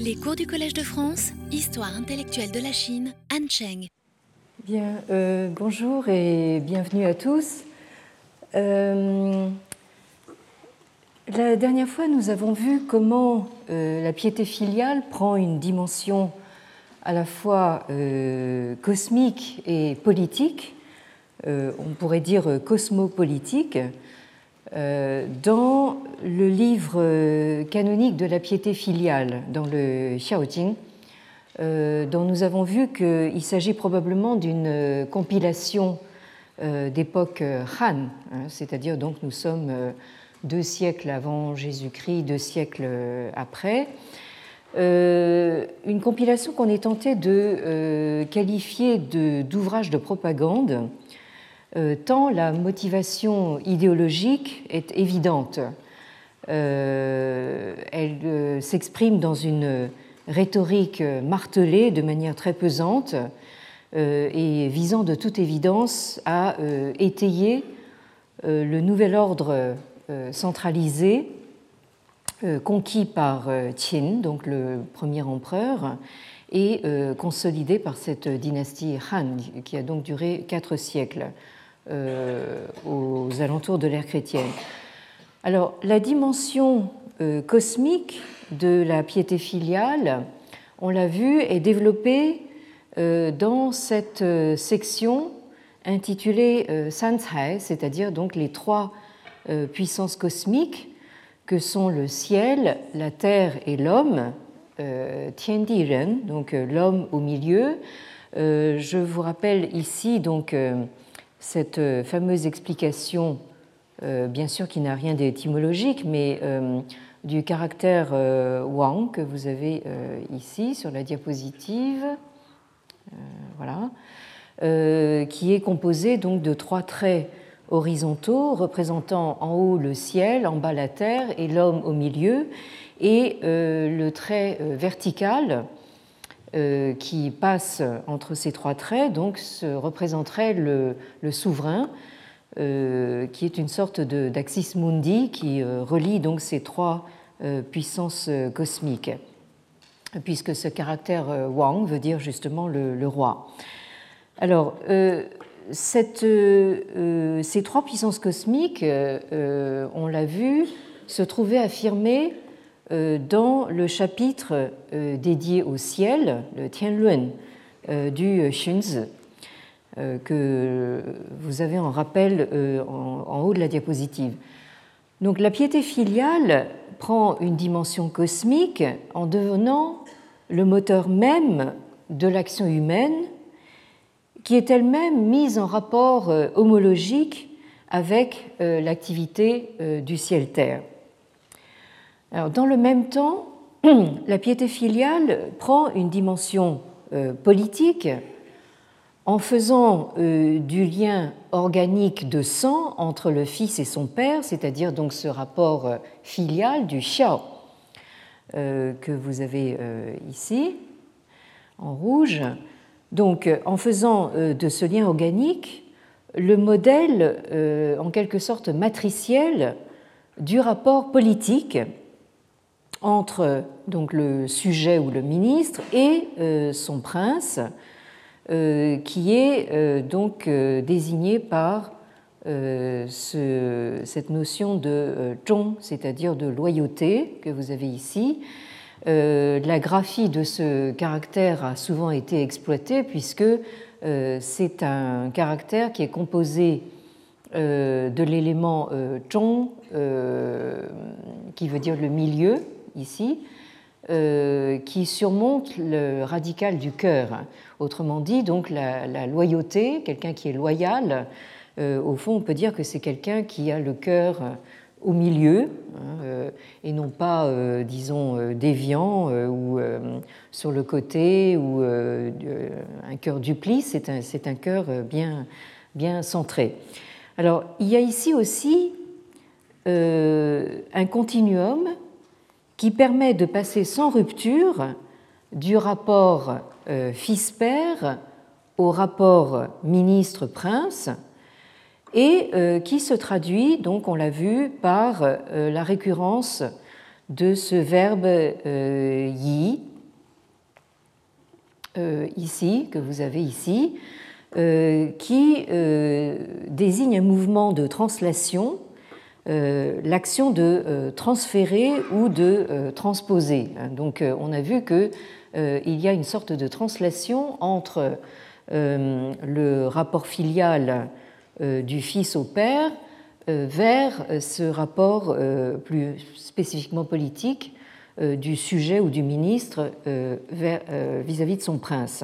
Les cours du Collège de France, Histoire intellectuelle de la Chine, Anne Cheng. Bien, bonjour et bienvenue à tous. La dernière fois, nous avons vu comment la piété filiale prend une dimension à la fois cosmique et politique, on pourrait dire cosmopolitique, dans le livre canonique de la piété filiale, dans le Xiaojing, dont nous avons vu qu'il s'agit probablement d'une compilation d'époque Han, c'est-à-dire donc nous sommes 2 siècles avant Jésus-Christ, 2 siècles après. Une compilation qu'on est tenté de qualifier d'ouvrage de propagande, tant la motivation idéologique est évidente. Elle s'exprime dans une rhétorique martelée de manière très pesante et visant de toute évidence à étayer le nouvel ordre centralisé conquis par Qin, donc le premier empereur, et consolidé par cette dynastie Han, qui a donc duré 4 siècles aux alentours de l'ère chrétienne. Alors, la dimension cosmique de la piété filiale, on l'a vu, est développée dans cette section intitulée Sancai, c'est-à-dire donc les 3 puissances cosmiques que sont le ciel, la terre et l'homme, Tiandiren, donc l'homme au milieu. Je vous rappelle ici donc cette fameuse explication, bien sûr qui n'a rien d'étymologique, mais du caractère Wang que vous avez ici sur la diapositive, voilà, qui est composé donc de 3 traits horizontaux représentant en haut le ciel, en bas la terre et l'homme au milieu, et le trait vertical qui passe entre ces 3 traits donc représenterait le souverain, qui est une sorte d'axis mundi qui relie donc ces 3 puissances cosmiques, puisque ce caractère Wang veut dire justement le roi. Alors, ces 3 puissances cosmiques, on l'a vu, se trouvaient affirmées dans le chapitre dédié au ciel, le Tianlun du Xunzi, que vous avez en rappel en haut de la diapositive. Donc la piété filiale prend une dimension cosmique en devenant le moteur même de l'action humaine, qui est elle-même mise en rapport homologique avec l'activité du ciel-terre. Alors, dans le même temps, la piété filiale prend une dimension politique en faisant du lien organique de sang entre le fils et son père, c'est-à-dire donc ce rapport filial du xiao que vous avez ici en rouge. Donc, en faisant de ce lien organique le modèle en quelque sorte matriciel du rapport politique entre donc le sujet ou le ministre et son prince, qui est donc désigné par cette notion de zhong, c'est-à-dire de loyauté que vous avez ici. La graphie de ce caractère a souvent été exploitée puisque c'est un caractère qui est composé de l'élément zhong, qui veut dire le milieu, ici, qui surmonte le radical du cœur. Autrement dit, donc la loyauté, quelqu'un qui est loyal, au fond, on peut dire que c'est quelqu'un qui a le cœur au milieu, et non pas, disons, déviant ou sur le côté ou un cœur duplice, c'est un cœur bien centré. Alors, il y a ici aussi un continuum qui permet de passer sans rupture du rapport fils-père au rapport ministre-prince, et qui se traduit, donc on l'a vu, par la récurrence de ce verbe yi, ici, que vous avez ici, qui désigne un mouvement de translation, l'action de transférer ou de transposer. Donc on a vu qu'il y a une sorte de translation entre le rapport filial du fils au père vers ce rapport plus spécifiquement politique du sujet ou du ministre vis-à-vis de son prince.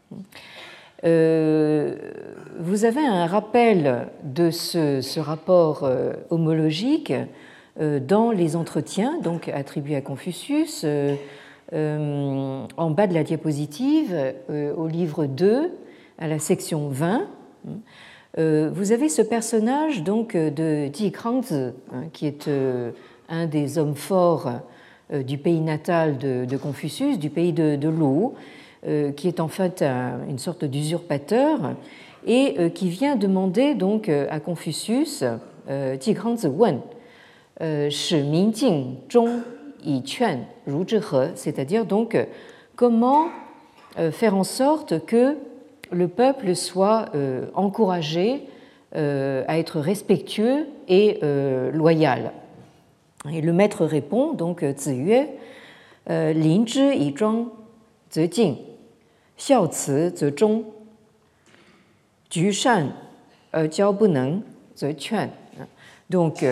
Vous avez un rappel de ce rapport homologique dans les entretiens donc attribués à Confucius en bas de la diapositive au livre 2 à la section 20. Vous avez ce personnage donc de Ji Krangzi, qui est un des hommes forts du pays natal de Confucius, du pays de Lou, qui est en fait une sorte d'usurpateur et qui vient demander donc à Confucius, Ji Krangzi wen, shi min jing zhong yi quan ru zhi he, c'est-à-dire donc comment faire en sorte que le peuple soit encouragé à être respectueux et loyal. Et le maître répond, donc Ziyue, lin zhi yi zhuang ze jing, xiao ci ze zhong, ju shan jiao bu neng ze quan. Donc,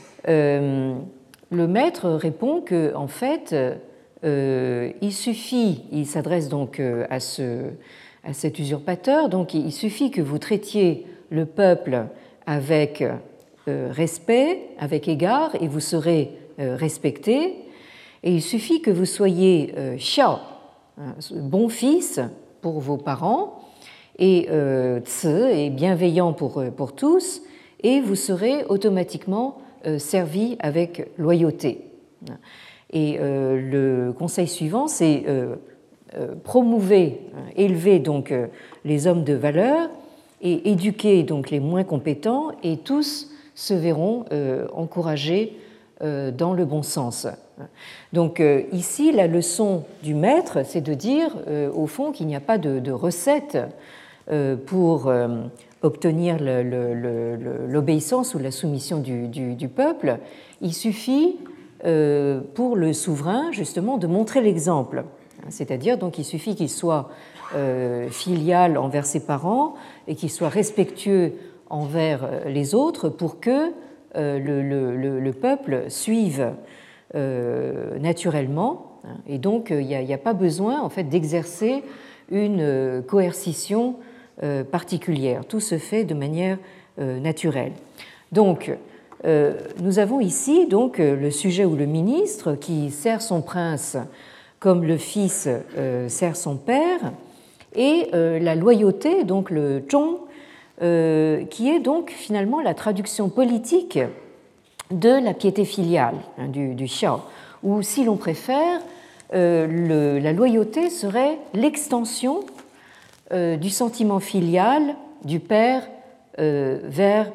le maître répond que, en fait, il suffit, il s'adresse donc à cet usurpateur, donc il suffit que vous traitiez le peuple avec respect, avec égard, et vous serez respecté. Et il suffit que vous soyez xiao, bon fils pour vos parents, et ci, et bienveillant pour tous, et vous serez automatiquement servi avec loyauté. Et le conseil suivant, c'est promouver, élever donc les hommes de valeur et éduquer donc les moins compétents, et tous se verront encouragés dans le bon sens. Donc ici, la leçon du maître, c'est de dire au fond qu'il n'y a pas de recette pour obtenir l'obéissance ou la soumission du peuple. Il suffit pour le souverain justement de montrer l'exemple. C'est-à-dire donc il suffit qu'il soit filial envers ses parents et qu'il soit respectueux envers les autres pour que le peuple suive naturellement. Et donc il n'y a pas besoin en fait d'exercer une coercition particulière. Tout se fait de manière naturelle. Donc nous avons ici donc le sujet ou le ministre qui sert son prince comme le fils sert son père, et la loyauté, donc le zhong, qui est donc finalement la traduction politique de la piété filiale, du xiao, ou si l'on préfère, la loyauté serait l'extension du sentiment filial du père vers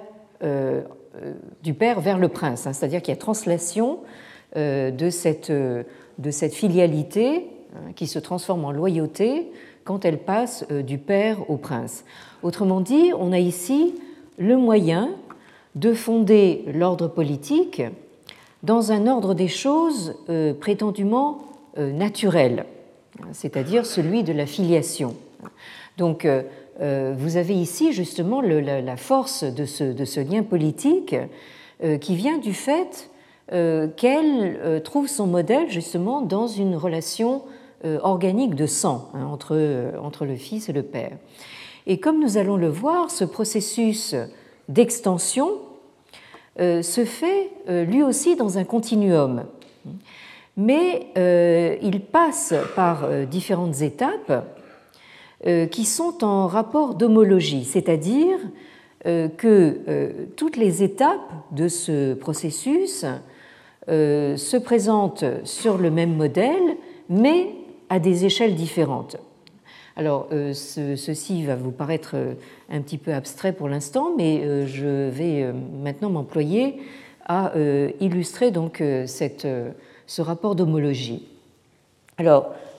le prince, c'est-à-dire qu'il y a translation de cette filialité qui se transforme en loyauté quand elle passe du père au prince. Autrement dit, on a ici le moyen de fonder l'ordre politique dans un ordre des choses prétendument naturel, c'est-à-dire celui de la filiation. Donc, vous avez ici justement la force de ce lien politique qui vient du fait qu'elle trouve son modèle justement dans une relation organique de sang entre le fils et le père. Et comme nous allons le voir, ce processus d'extension se fait lui aussi dans un continuum. Mais il passe par différentes étapes qui sont en rapport d'homologie, c'est-à-dire que toutes les étapes de ce processus se présentent sur le même modèle, mais à des échelles différentes. Alors, ceci va vous paraître un petit peu abstrait pour l'instant, mais je vais maintenant m'employer à illustrer donc ce rapport d'homologie. Alors,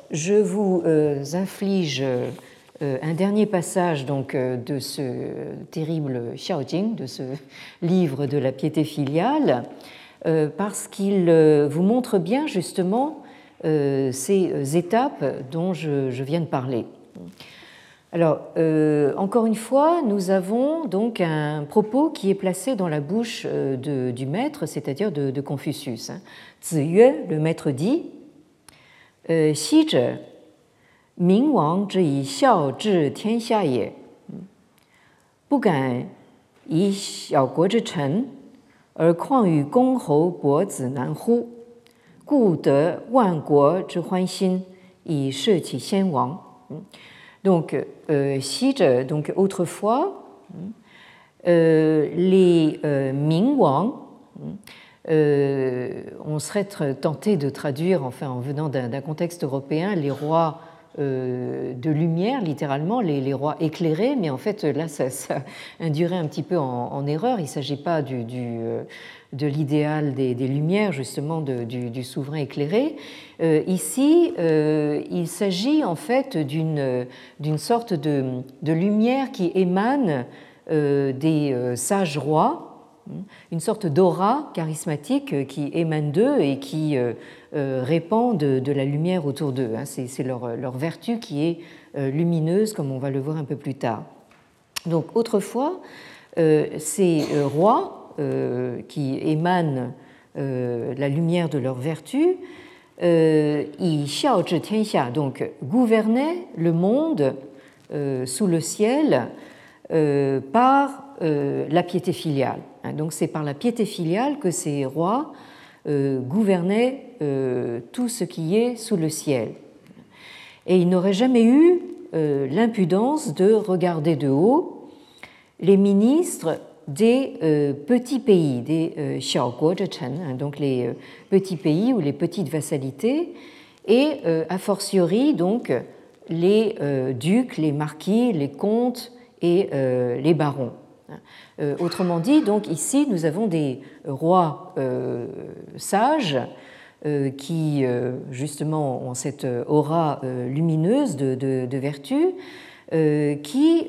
je vous inflige un dernier passage donc, de ce terrible Xiaojing, de ce livre de la piété filiale, parce qu'il vous montre bien justement ces étapes dont je viens de parler. Alors, encore une fois, nous avons donc un propos qui est placé dans la bouche du maître, c'est-à-dire de Confucius. Ziyue, le maître dit, Xi zhe, Ming Wang zhi yi xiao zhi tian xia ye, bu gan yi xiao guo zhi chen, er kuang yu gong hou bo zi nan hu, gu de wan guo zhi huan xin, yi shi qi xian wang. Donc, Xi zhe, donc autrefois, les Ming Wang, on serait tenté de traduire, enfin en venant d'un contexte européen, les rois de lumière, littéralement, les rois éclairés, mais en fait là ça induirait un petit peu en erreur. Il ne s'agit pas de l'idéal des Lumières, justement du souverain éclairé. Ici, il s'agit en fait d'une sorte de lumière qui émane des sages rois, une sorte d'aura charismatique qui émane d'eux et qui répand de la lumière autour d'eux. C'est leur vertu qui est lumineuse, comme on va le voir un peu plus tard. Donc autrefois, ces rois qui émanent la lumière de leur vertu, yi xiao zhi tian xia, donc gouvernaient le monde sous le ciel par la piété filiale. Donc c'est par la piété filiale que ces rois gouvernaient tout ce qui est sous le ciel. Et ils n'auraient jamais eu l'impudence de regarder de haut les ministres des petits pays, des xiaoguo zhechen, donc les petits pays ou les petites vassalités, et a fortiori donc les ducs, les marquis, les comtes et les barons. Autrement dit, donc ici nous avons des rois sages qui justement ont cette aura lumineuse de vertu, qui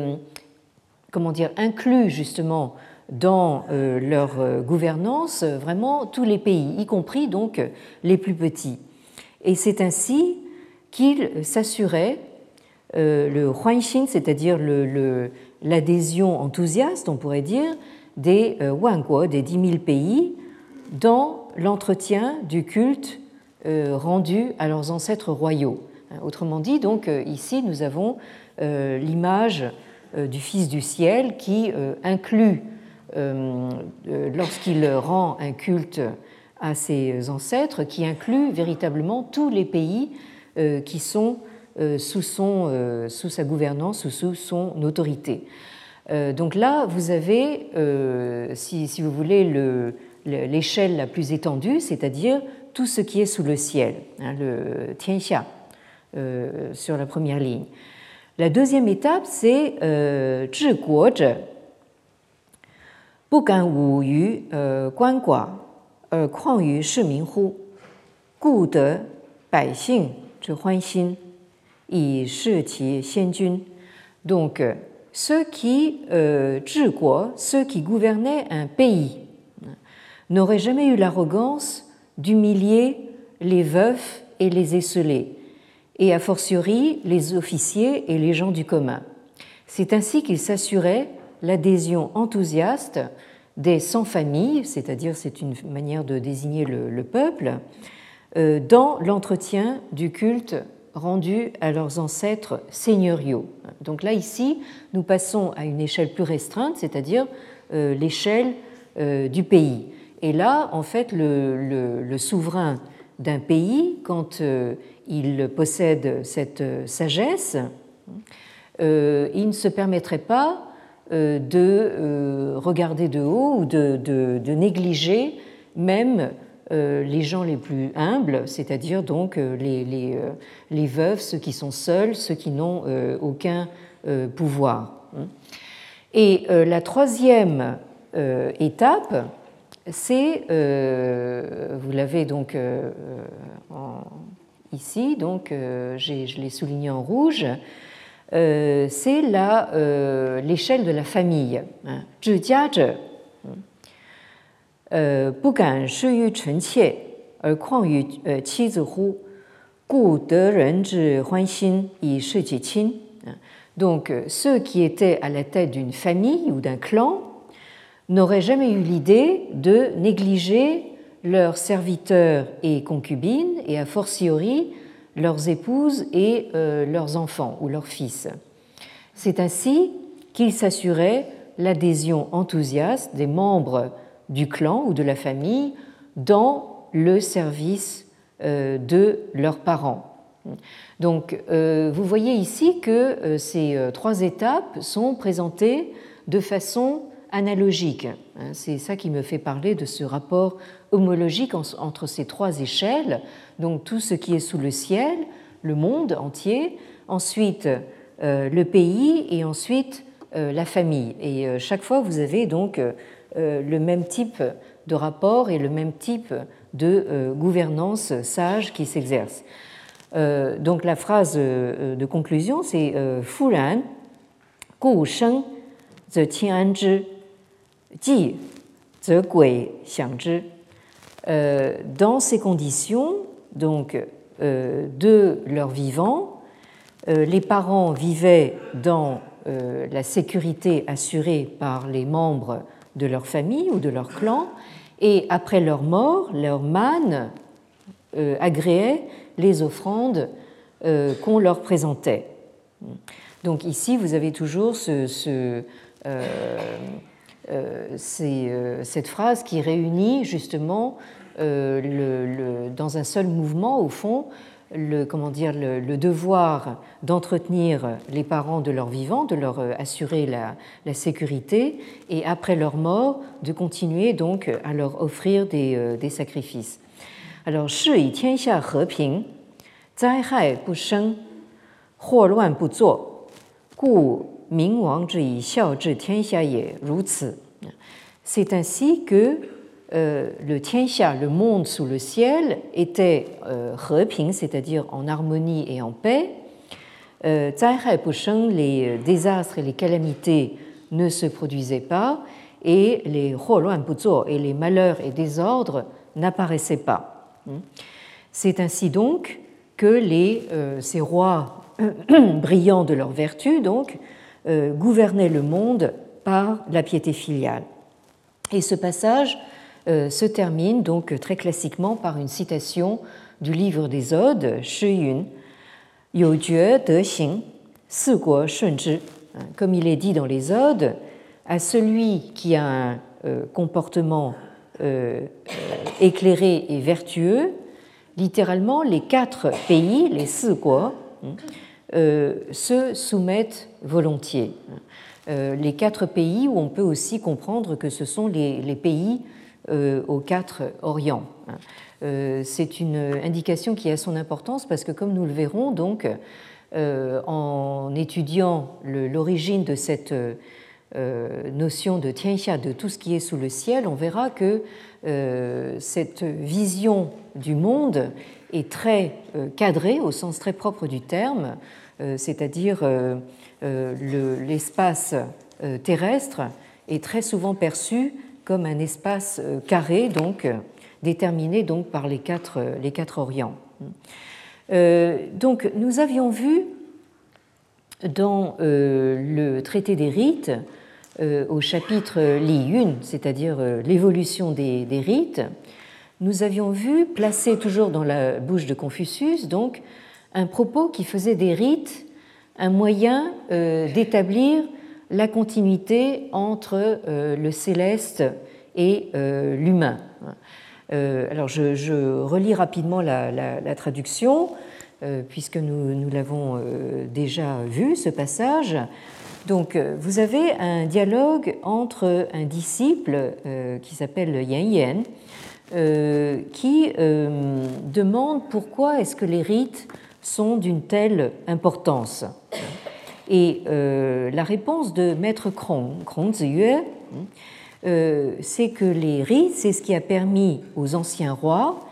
inclut justement dans leur gouvernance vraiment tous les pays, y compris donc les plus petits. Et c'est ainsi qu'ils s'assuraient le huanxin, c'est-à-dire l'adhésion enthousiaste, on pourrait dire, des wanguo, des 10 000 pays, dans l'entretien du culte rendu à leurs ancêtres royaux. Autrement dit, donc ici nous avons l'image du Fils du ciel qui inclut, lorsqu'il rend un culte à ses ancêtres, qui inclut véritablement tous les pays qui sont sous sa gouvernance ou sous son autorité. Donc là, vous avez, si vous voulez, l'échelle la plus étendue, c'est-à-dire tout ce qui est sous le ciel, le tianxia, sur la première ligne. La deuxième étape, c'est zhi guo zhe, bu gan wu yu guan gua, kuang yu shi ming hu, gu de bai xing zhi huan xin, yi shi qi xian jun. Donc, ceux qui gouvernaient un pays n'auraient jamais eu l'arrogance d'humilier les veufs et les esseulés, et a fortiori les officiers et les gens du commun. C'est ainsi qu'ils s'assuraient l'adhésion enthousiaste des sans-familles, c'est-à-dire c'est une manière de désigner le peuple, dans l'entretien du culte rendu à leurs ancêtres seigneuriaux. Donc là, ici, nous passons à une échelle plus restreinte, c'est-à-dire l'échelle du pays. Et là, en fait, le souverain d'un pays, quand il possède cette sagesse, il ne se permettrait pas de regarder de haut ou de négliger même les gens les plus humbles, c'est-à-dire donc les veuves, ceux qui sont seuls, ceux qui n'ont aucun pouvoir. Et la troisième étape, c'est, vous l'avez donc ici, donc je l'ai souligné en rouge, c'est l'échelle de la famille. 治家者不敢施于臣妾，而况于妻子乎？故得人之欢心以事己亲. Donc, ceux qui étaient à la tête d'une famille ou d'un clan n'auraient jamais eu l'idée de négliger leurs serviteurs et concubines, et a fortiori leurs épouses et leurs enfants ou leurs fils. C'est ainsi qu'ils s'assuraient l'adhésion enthousiaste des membres du clan ou de la famille dans le service de leurs parents. Donc, vous voyez ici que ces trois étapes sont présentées de façon analogique. C'est ça qui me fait parler de ce rapport homologique entre ces trois échelles, donc tout ce qui est sous le ciel, le monde entier, ensuite le pays et ensuite la famille. Et chaque fois, vous avez donc le même type de rapport et le même type de gouvernance sage qui s'exerce. Donc la phrase de conclusion, c'est « Fu ran, gu sheng, ze qin an zhi, ji, ze gui xiang zhi ». Dans ces conditions, donc, de leur vivant, les parents vivaient dans la sécurité assurée par les membres de leur famille ou de leur clan, et après leur mort, leur man agréait les offrandes qu'on leur présentait. Donc ici, vous avez toujours cette phrase qui réunit justement dans un seul mouvement, au fond, le devoir d'entretenir les parents de leur vivant, de leur assurer la sécurité, et après leur mort, de continuer donc à leur offrir des sacrifices. Alors, 是以天下和平，灾害不生，祸乱不作，故民王之以孝治天下也，如此. C'est ainsi que le tianxia, le monde sous le ciel, était 和平, c'est-à-dire en harmonie et en paix. 灾害不生, les désastres et les calamités ne se produisaient pas, et les 祸乱不作, et les malheurs et désordres n'apparaissaient pas. C'est ainsi donc que ces rois brillants de leur vertu donc, gouvernaient le monde par la piété filiale. Et ce passage se termine donc très classiquement par une citation du livre des Odes, Shi Yun, You jue de xing, si guo shun zhi. Comme il est dit dans les Odes, à celui qui a un comportement éclairé et vertueux, littéralement les 4 pays, les 4 guo, se soumettent volontiers. Les 4 pays où on peut aussi comprendre que ce sont les pays aux 4 Orients. C'est une indication qui a son importance parce que, comme nous le verrons, donc, en étudiant l'origine de cette notion de tianxia, de tout ce qui est sous le ciel, on verra que cette vision du monde est très cadrée au sens très propre du terme, c'est-à-dire l'espace terrestre est très souvent perçu comme un espace carré, donc déterminé donc par les quatre Orients. Donc nous avions vu dans le traité des rites, au chapitre Li Yun, c'est-à-dire l'évolution des rites, nous avions vu, placé toujours dans la bouche de Confucius, donc un propos qui faisait des rites un moyen d'établir la continuité entre le céleste et l'humain. Alors je relis rapidement la traduction, puisque nous l'avons déjà vu, ce passage. Donc vous avez un dialogue entre un disciple qui s'appelle Yan Yan, qui demande pourquoi est-ce que les rites sont d'une telle importance. Et la réponse de Maître Kong Ziyue, c'est que les rites, c'est ce qui a permis aux anciens rois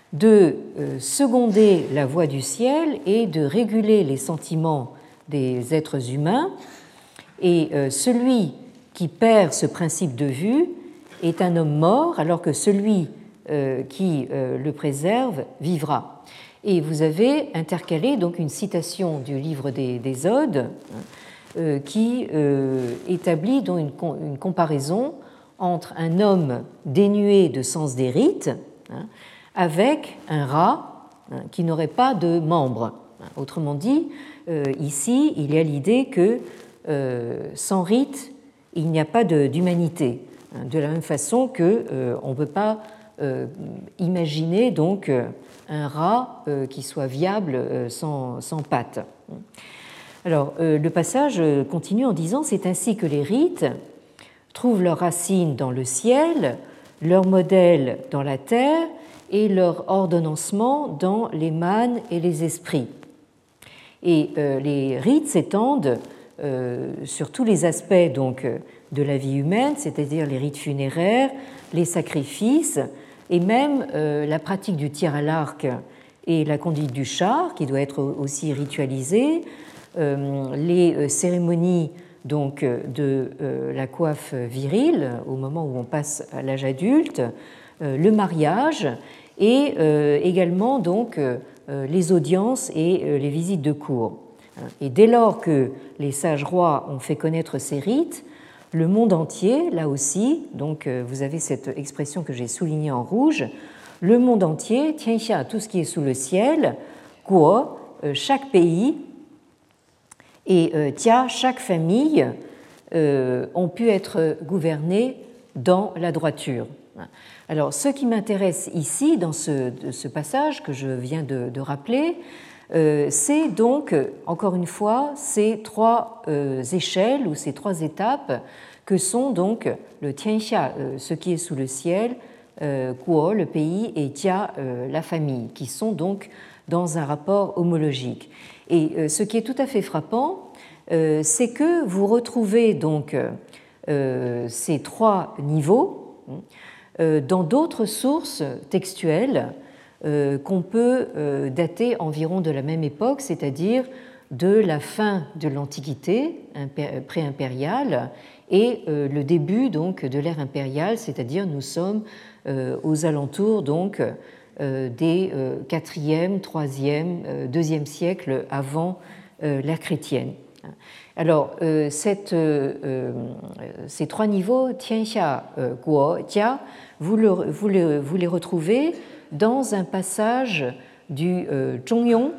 de seconder la voix du ciel et de réguler les sentiments des êtres humains. Et celui qui perd ce principe de vue est un homme mort, alors que celui qui le préserve vivra. Et vous avez intercalé donc une citation du livre des Odes qui établit donc une comparaison entre un homme dénué de sens des rites avec un rat qui n'aurait pas de membres. Autrement dit, ici, il y a l'idée que sans rite, il n'y a pas d'humanité. De la même façon qu'on ne peut pas imaginer donc un rat qui soit viable sans pattes. Alors, le passage continue en disant « C'est ainsi que les rites trouvent leurs racines dans le ciel, leur modèle dans la terre et leur ordonnancement dans les mânes et les esprits. » Et les rites s'étendent sur tous les aspects donc, de la vie humaine, c'est-à-dire les rites funéraires, les sacrifices et même la pratique du tir à l'arc et la conduite du char, qui doit être aussi ritualisée, les cérémonies donc, de la coiffe virile au moment où on passe à l'âge adulte, le mariage et également donc, les audiences et les visites de cour. Et dès lors que les sages rois ont fait connaître ces rites, le monde entier, là aussi, donc vous avez cette expression que j'ai soulignée en rouge, le monde entier, tianxia, tout ce qui est sous le ciel, guo, chaque pays, et tia, chaque famille, ont pu être gouvernés dans la droiture. Alors, ce qui m'intéresse ici, dans ce passage que je viens de rappeler, c'est donc, encore une fois, ces trois échelles ou ces trois étapes que sont donc le tianxia, ce qui est sous le ciel, guo, le pays, et tia, la famille, qui sont donc dans un rapport homologique. Et ce qui est tout à fait frappant, c'est que vous retrouvez donc ces trois niveaux dans d'autres sources textuelles qu'on peut dater environ de la même époque, c'est-à-dire de la fin de l'Antiquité pré-impériale et le début donc de l'ère impériale, c'est-à-dire nous sommes aux alentours donc des 4e, 3e, 2e siècles avant l'ère chrétienne. Alors, ces trois niveaux, tianxia, guo, tia, vous les retrouvez dans un passage du Zhongyong,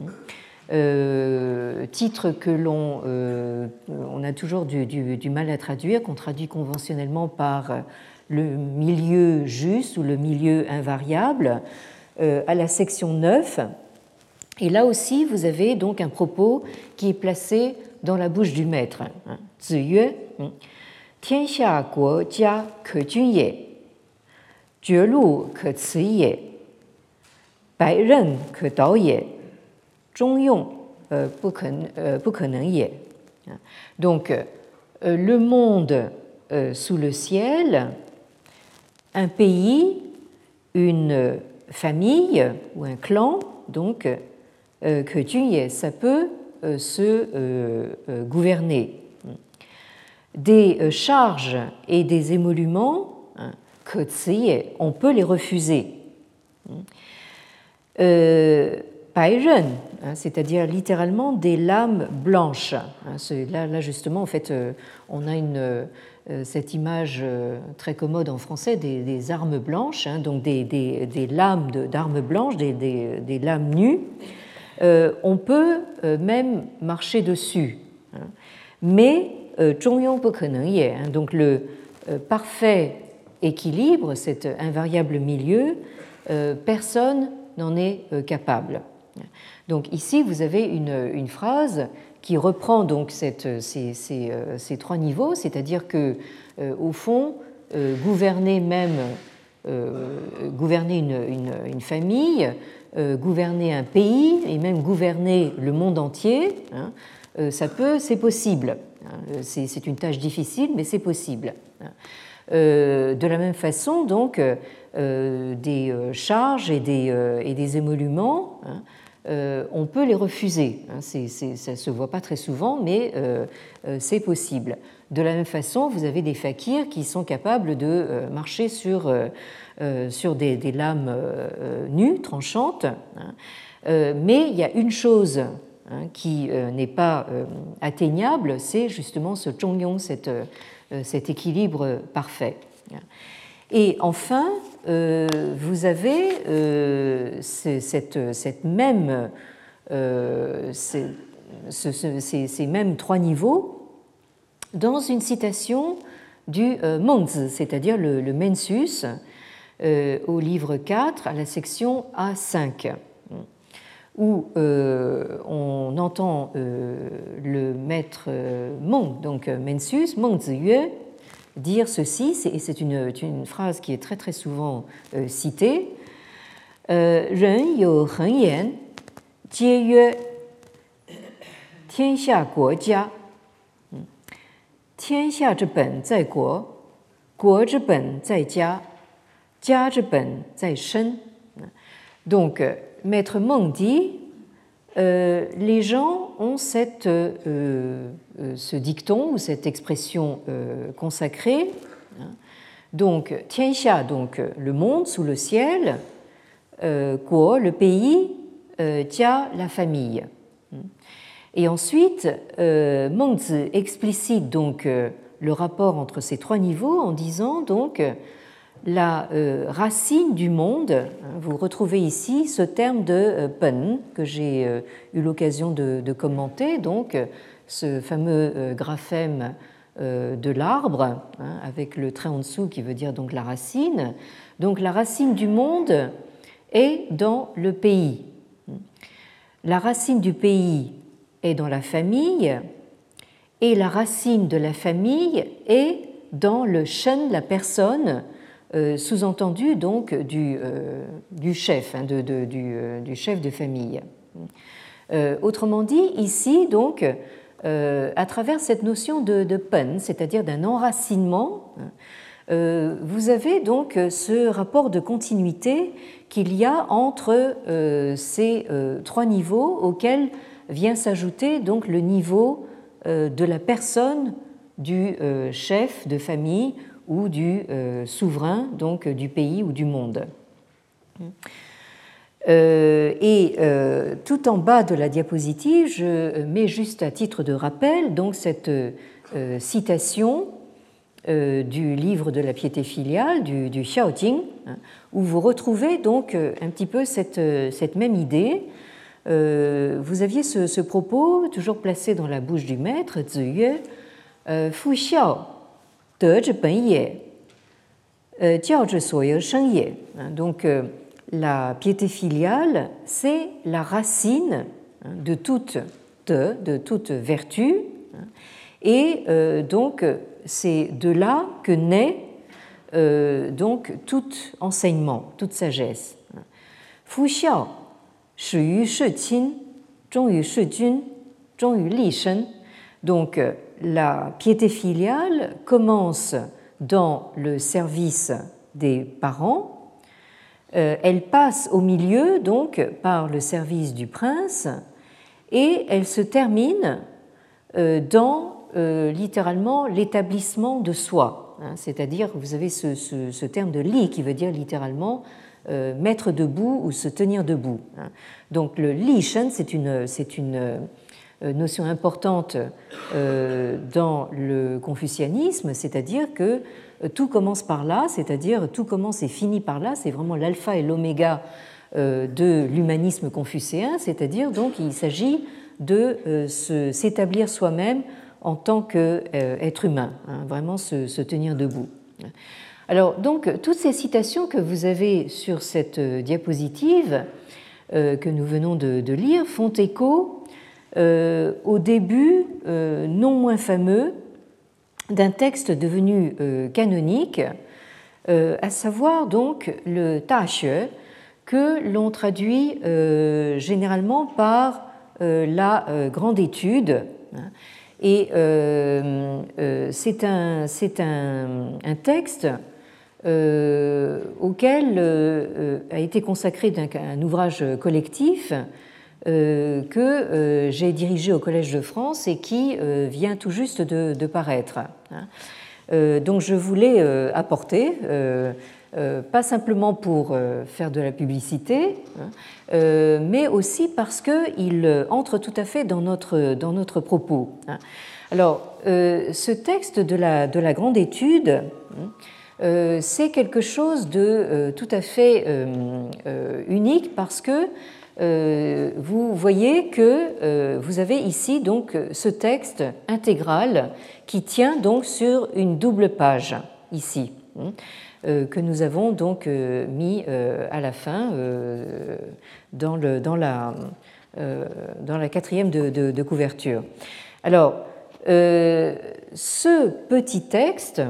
titre que on a toujours du mal à traduire, qu'on traduit conventionnellement par le milieu juste ou le milieu invariable, à la section 9. Et là aussi, vous avez donc un propos qui est placé dans la bouche du maître. Ziyue, tianxia guo jia ke jun ye, jue lu ke ci ye, bai ren ke dao ye, zhongyong bu ke neng ye. Donc, le monde sous le ciel, un pays, une famille ou un clan, donc, que Junye, ça peut se gouverner. Des charges et des émoluments, que Tsiye, on peut les refuser. Bairen, c'est-à-dire littéralement des lames blanches. Là justement, en fait, on a cette image très commode en français des armes blanches, donc des lames d'armes blanches, des lames nues. On peut même marcher dessus. Mais Zhongyong bu ke neng ye, donc le parfait équilibre, cet invariable milieu, personne n'en est capable. Donc ici, vous avez une phrase qui reprend donc ces trois niveaux, c'est-à-dire que, au fond, gouverner une famille, gouverner un pays et même gouverner le monde entier, c'est possible. C'est une tâche difficile, mais c'est possible. De la même façon, donc, des charges et des émoluments, on peut les refuser. Ça ne se voit pas très souvent, mais c'est possible. De la même façon, vous avez des fakirs qui sont capables de marcher sur des lames nues, tranchantes, mais il y a une chose qui n'est pas atteignable, c'est justement ce zhongyong, cet équilibre parfait. Et enfin, vous avez ces mêmes trois niveaux dans une citation du Mengzi, c'est-à-dire le Mencius, au livre 4, à la section A5, où on entend le maître Meng, donc Mencius, Mengzi Yue, dire ceci, et c'est une phrase qui est très très souvent citée. Ren you heng yan, jie yue, tian xia guo jia. Tian xia zhi ben zai guo, guo zhi ben zai jia, jia zhi ben zai shen. Donc, Maître Meng dit, les gens ont ce dicton ou cette expression consacrée. Donc, Tianxia, donc le monde sous le ciel, Guo, le pays, Jia, la famille. Et ensuite, Mengzi explicite donc le rapport entre ces trois niveaux en disant donc la racine du monde. Vous retrouvez ici ce terme de pen que j'ai eu l'occasion de commenter, donc ce fameux graphème de l'arbre avec le trait en dessous qui veut dire donc la racine. Donc la racine du monde est dans le pays. La racine du pays est dans la famille et la racine de la famille est dans le shen, la personne, sous-entendu donc du chef, du chef de famille. Autrement dit, ici, donc, à travers cette notion de pen, c'est-à-dire d'un enracinement, vous avez donc ce rapport de continuité qu'il y a entre ces trois niveaux auxquels vient s'ajouter donc le niveau de la personne du chef de famille ou du souverain, donc du pays ou du monde. Et tout en bas de la diapositive, je mets juste à titre de rappel donc cette citation du livre de la piété filiale, du Xiaojing, où vous retrouvez donc un petit peu cette même idée. Vous aviez ce propos, toujours placé dans la bouche du maître, Ziyue, Fu xiao, de zhi ben ye, jiao zhi suo you sheng ye. Donc, la piété filiale, c'est la racine de toute vertu, et donc c'est de là que naît donc tout enseignement, toute sagesse. Fu xiao, shi yu shi qin, zhong yu shi jun, zhong yu li shen. Donc la piété filiale commence dans le service des parents. Elle passe au milieu, donc, par le service du prince, et elle se termine dans, littéralement, l'établissement de soi. C'est-à-dire, vous avez ce terme de li qui veut dire littéralement mettre debout ou se tenir debout. Donc, le li shen, c'est une notion importante dans le confucianisme, c'est-à-dire que tout commence par là, c'est-à-dire tout commence et finit par là, c'est vraiment l'alpha et l'oméga de l'humanisme confucéen, c'est-à-dire donc il s'agit de s'établir soi-même en tant qu'être humain, vraiment se tenir debout. Alors donc toutes ces citations que vous avez sur cette diapositive que nous venons de lire font écho au début non moins fameux d'un texte devenu canonique, à savoir donc le Daxue, que l'on traduit généralement par la grande étude. Et c'est un texte auquel a été consacré un ouvrage collectif que j'ai dirigé au Collège de France et qui vient tout juste de paraître. Donc je voulais apporter, pas simplement pour faire de la publicité, mais aussi parce qu'il entre tout à fait dans notre propos. Alors, ce texte de la grande étude, c'est quelque chose de tout à fait unique parce que vous voyez que vous avez ici donc ce texte intégral qui tient donc sur une double page ici, que nous avons donc mis à la fin dans la quatrième de couverture. Alors, ce petit texte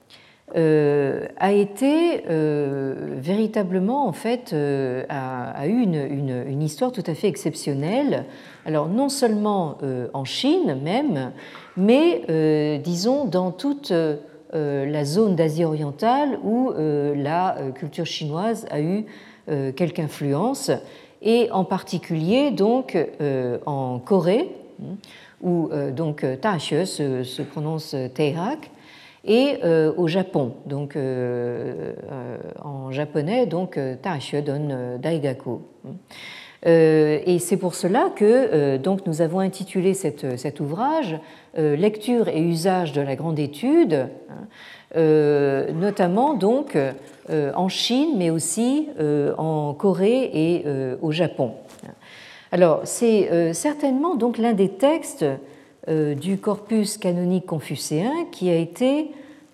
a été véritablement, en fait, a eu une histoire tout à fait exceptionnelle. Alors, non seulement en Chine même, mais, disons, dans toute la zone d'Asie orientale où la culture chinoise a eu quelque influence, et en particulier, donc, en Corée, où donc Daxue se prononce Taehak, et au Japon, donc en japonais, donc Daxue donne Daigaku. Et c'est pour cela que donc nous avons intitulé cet ouvrage Lecture et usage de la grande étude, notamment donc en Chine, mais aussi en Corée et au Japon. Alors, c'est certainement donc l'un des textes du corpus canonique confucéen qui a été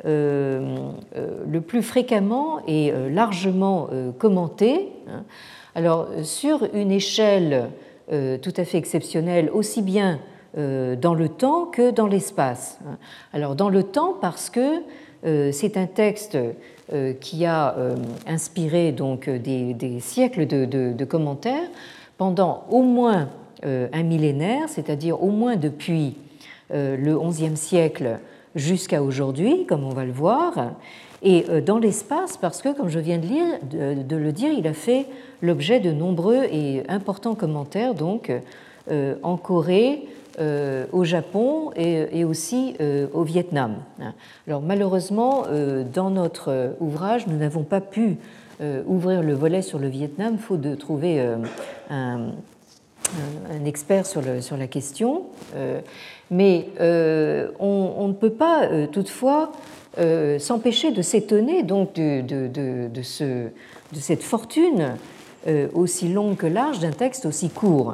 le plus fréquemment et largement commenté. Alors, sur une échelle tout à fait exceptionnelle, aussi bien dans le temps que dans l'espace. Alors, dans le temps, parce que c'est un texte qui a inspiré donc des siècles de commentaires pendant au moins un millénaire, c'est-à-dire au moins depuis le XIe siècle jusqu'à aujourd'hui, comme on va le voir, et dans l'espace parce que, comme je viens de le dire, il a fait l'objet de nombreux et importants commentaires donc en Corée, au Japon et aussi au Vietnam. Alors malheureusement, dans notre ouvrage, nous n'avons pas pu ouvrir le volet sur le Vietnam, faute de trouver un expert sur la question, mais on ne peut pas toutefois s'empêcher de s'étonner donc de cette fortune aussi longue que large d'un texte aussi court.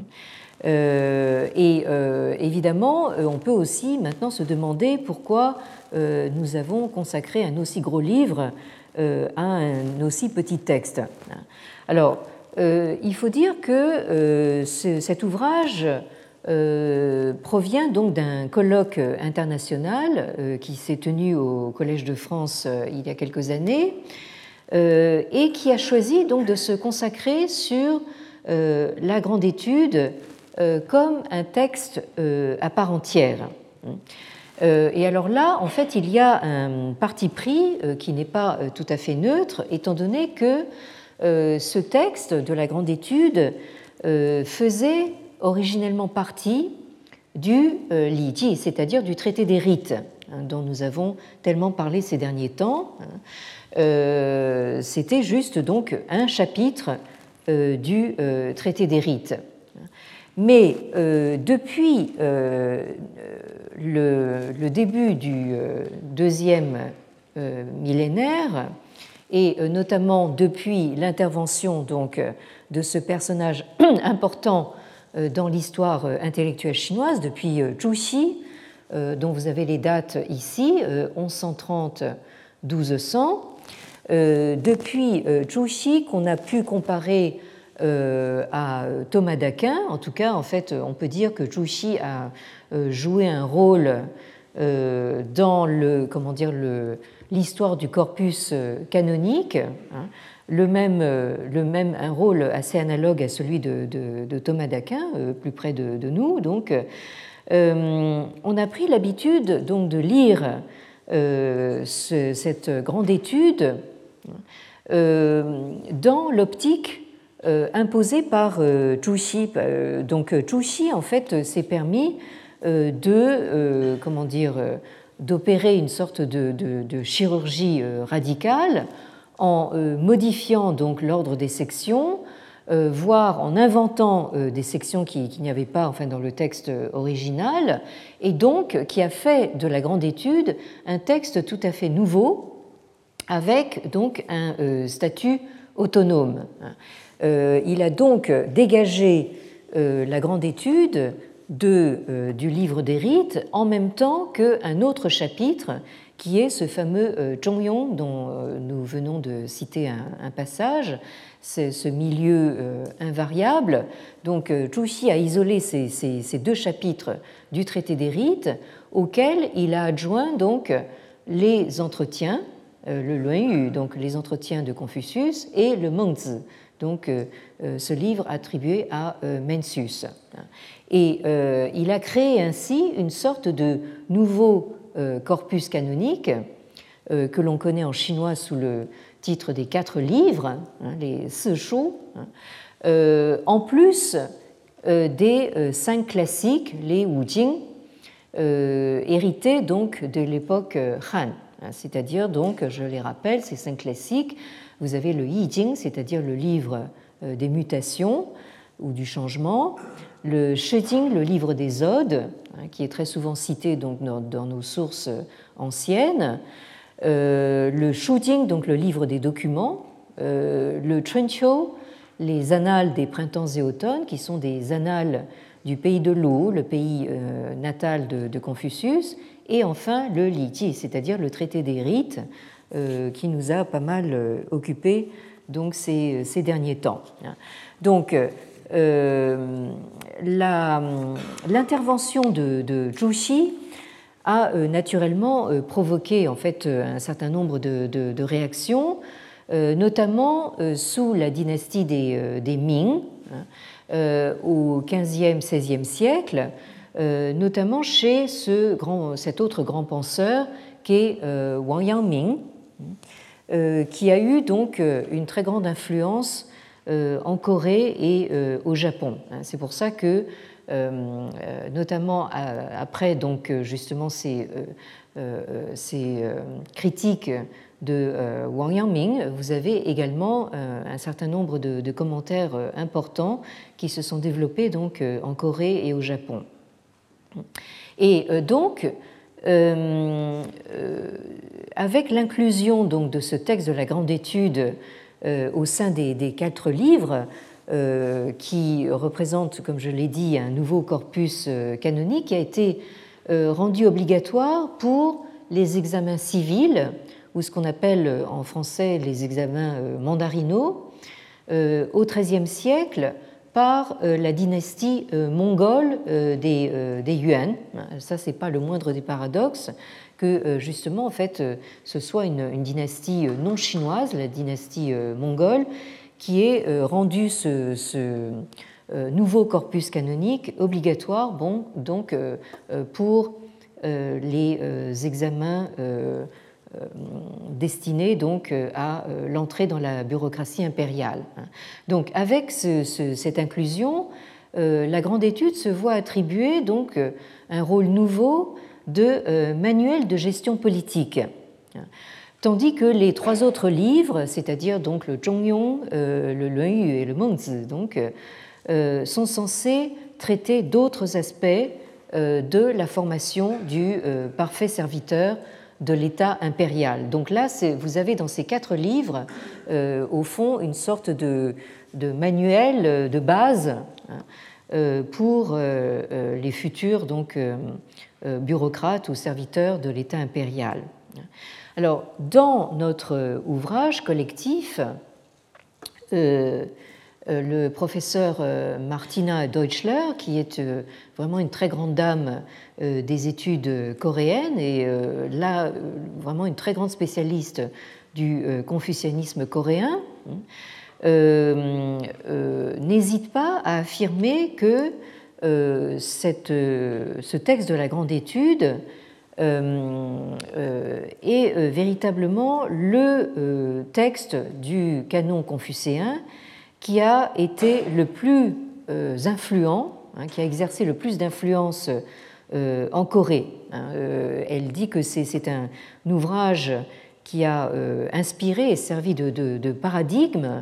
Et évidemment, on peut aussi maintenant se demander pourquoi nous avons consacré un aussi gros livre à un aussi petit texte. Alors, il faut dire que cet ouvrage provient donc d'un colloque international qui s'est tenu au Collège de France il y a quelques années et qui a choisi donc de se consacrer sur la grande étude comme un texte à part entière. Et alors là, en fait, il y a un parti pris qui n'est pas tout à fait neutre, étant donné que ce texte de la grande étude faisait originellement partie du Li Ji, c'est-à-dire du traité des rites, dont nous avons tellement parlé ces derniers temps. C'était juste donc un chapitre du traité des rites. Mais depuis le début du deuxième millénaire, et notamment depuis l'intervention donc de ce personnage important dans l'histoire intellectuelle chinoise, depuis Zhu Xi, dont vous avez les dates ici, 1130-1200, depuis Zhu Xi qu'on a pu comparer à Thomas d'Aquin. En tout cas, en fait, on peut dire que Zhu Xi a joué un rôle dans l'histoire du corpus canonique, un rôle assez analogue à celui de Thomas d'Aquin, plus près de nous. Donc, on a pris l'habitude donc de lire cette grande étude dans l'optique imposée par Zhu Xi. Donc Zhu Xi, en fait, s'est permis d'opérer une sorte de chirurgie radicale en modifiant donc l'ordre des sections, voire en inventant des sections qu'il n'y avait pas enfin, dans le texte original, et donc qui a fait de la grande étude un texte tout à fait nouveau, avec donc un statut autonome. Il a donc dégagé la grande étude du livre des rites en même temps qu'un autre chapitre qui est ce fameux Zhongyong dont nous venons de citer un passage, c'est ce milieu invariable. Donc Zhu Xi a isolé ces deux chapitres du traité des rites auxquels il a adjoint donc les entretiens, le Luanyu, donc les entretiens de Confucius, et le Mengzi, donc ce livre attribué à Mencius. Et il a créé ainsi une sorte de nouveau corpus canonique que l'on connaît en chinois sous le titre des 4 livres, les Sishu, en plus des 5 classiques, les Wujing, hérités donc de l'époque Han, c'est-à-dire donc, je les rappelle, ces 5 classiques. Vous avez le Yi Jing, c'est-à-dire le livre des mutations ou du changement, le Shi Jing, le livre des odes, qui est très souvent cité donc dans nos sources anciennes, le Shu Jing, donc le livre des documents, le Chunqiu, les annales des printemps et automnes, qui sont des annales du pays de l'eau, le pays natal de Confucius, et enfin le Li Ji, c'est-à-dire le traité des rites, qui nous a pas mal occupé donc ces derniers temps. Donc l'intervention de Zhu Xi a naturellement provoqué en fait un certain nombre de réactions, notamment sous la dynastie des Ming au XVe, XVIe siècle, notamment chez cet autre grand penseur qu'est Wang Yangming, qui a eu donc une très grande influence en Corée et au Japon. C'est pour ça que, notamment après donc justement ces critiques de Wang Yangming, vous avez également un certain nombre de commentaires importants qui se sont développés donc en Corée et au Japon. Et donc, avec l'inclusion donc de ce texte de la grande étude au sein des 4 livres, qui représentent, comme je l'ai dit, un nouveau corpus canonique qui a été rendu obligatoire pour les examens civils, ou ce qu'on appelle en français les examens mandarinaux, au XIIIe siècle, par la dynastie mongole des Yuan. Ça, c'est pas le moindre des paradoxes que justement, en fait, ce soit une dynastie non chinoise, la dynastie mongole, qui ait rendu ce nouveau corpus canonique obligatoire, donc pour les examens destinés donc à l'entrée dans la bureaucratie impériale. Donc, avec cette inclusion, la grande étude se voit attribuer donc un rôle nouveau de manuel de gestion politique, tandis que les 3 autres livres, c'est-à-dire donc le Zhongyong, le Luanyu et le Mengzi, donc, sont censés traiter d'autres aspects de la formation du parfait serviteur de l'État impérial. Donc là, vous avez dans ces 4 livres, au fond, une sorte de manuel de base pour les futurs donc, bureaucrates ou serviteurs de l'État impérial. Alors, dans notre ouvrage collectif, le professeur Martina Deutschler, qui est vraiment une très grande dame des études coréennes et là, vraiment une très grande spécialiste du confucianisme coréen, n'hésite pas à affirmer que ce texte de la grande étude est véritablement le texte du canon confucéen qui a été le plus influent, qui a exercé le plus d'influence en Corée. Elle dit que c'est un ouvrage qui a inspiré et servi de paradigme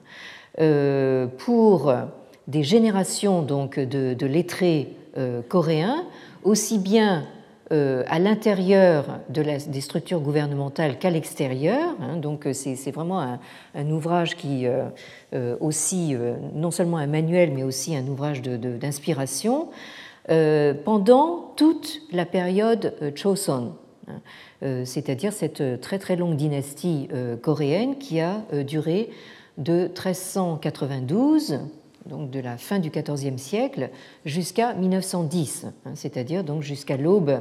pour des générations donc de lettrés coréens, aussi bien à l'intérieur des structures gouvernementales qu'à l'extérieur. Donc c'est vraiment un ouvrage qui aussi, non seulement un manuel, mais aussi un ouvrage d'inspiration pendant toute la période Choson, c'est-à-dire cette très très longue dynastie coréenne qui a duré de 1392, donc de la fin du XIVe siècle, jusqu'à 1910, c'est-à-dire donc jusqu'à l'aube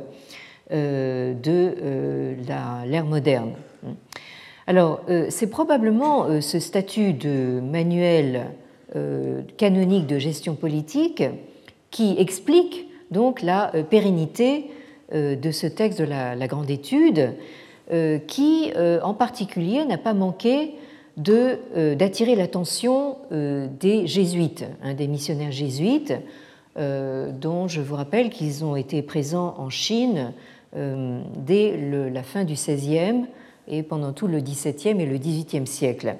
de l'ère moderne. Alors, c'est probablement ce statut de manuel canonique de gestion politique qui explique donc la pérennité de ce texte de la Grande Étude, qui en particulier n'a pas manqué d'attirer l'attention des jésuites, des missionnaires jésuites, dont je vous rappelle qu'ils ont été présents en Chine dès la fin du XVIe et pendant tout le XVIIe et le XVIIIe siècle.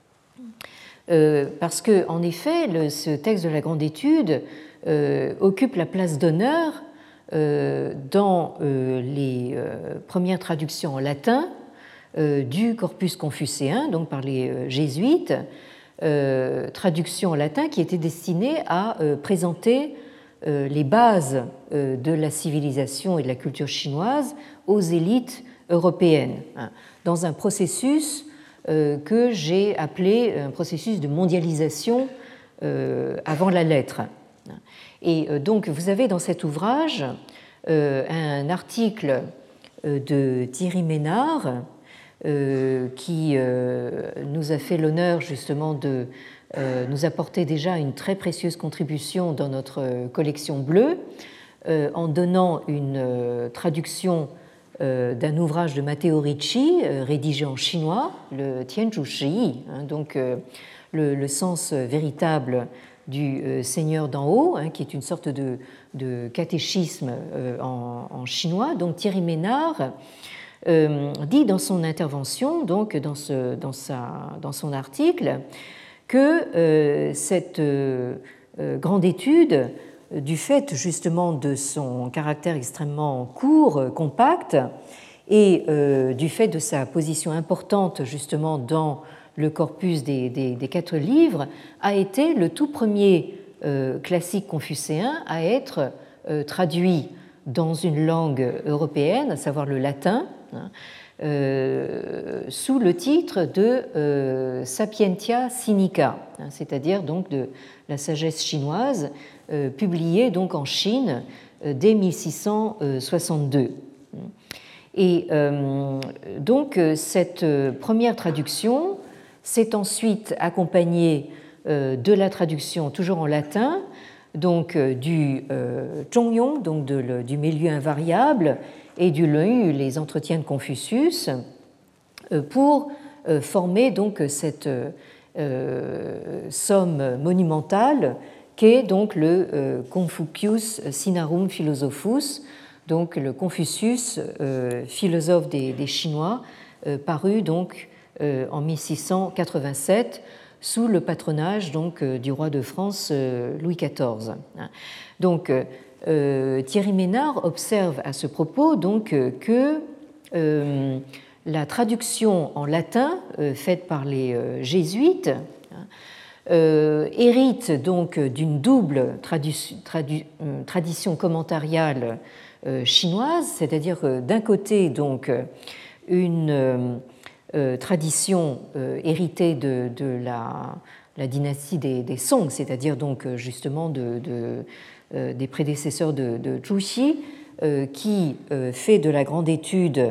Parce que, en effet, ce texte de la Grande Étude occupe la place d'honneur dans les premières traductions en latin du corpus confucéen, donc par les jésuites, traduction en latin qui était destinée à présenter les bases de la civilisation et de la culture chinoise aux élites européennes, dans un processus que j'ai appelé un processus de mondialisation avant la lettre. Et donc vous avez dans cet ouvrage un article de Thierry Ménard qui nous a fait l'honneur justement de nous apporter déjà une très précieuse contribution dans notre collection bleue en donnant une traduction d'un ouvrage de Matteo Ricci rédigé en chinois, le Tianzhu Shi, donc le sens véritable du Seigneur d'en haut, qui est une sorte de catéchisme en chinois. Donc Thierry Ménard dit dans son intervention, donc dans son article, que cette grande étude, du fait justement de son caractère extrêmement court, compact, et du fait de sa position importante justement dans le corpus des 4 livres, a été le tout premier classique confucéen à être traduit dans une langue européenne, à savoir le latin, sous le titre de Sapientia Sinica, c'est-à-dire donc de la sagesse chinoise, publié donc en Chine dès 1662. Et donc cette première traduction s'est ensuite accompagnée de la traduction toujours en latin, donc du Zhongyong, donc du milieu invariable, et du Lun, les entretiens de Confucius, pour former donc cette somme monumentale qu'est donc le Confucius Sinarum Philosophus, donc le Confucius, philosophe des Chinois, paru donc en 1687 sous le patronage donc du roi de France Louis XIV. Donc Thierry Ménard observe à ce propos donc que la traduction en latin faite par les jésuites hérite donc d'une double tradition commentariale chinoise, c'est-à-dire d'un côté donc une tradition héritée de la dynastie des Song, c'est-à-dire donc justement des prédécesseurs de Zhu Xi, qui fait de la grande étude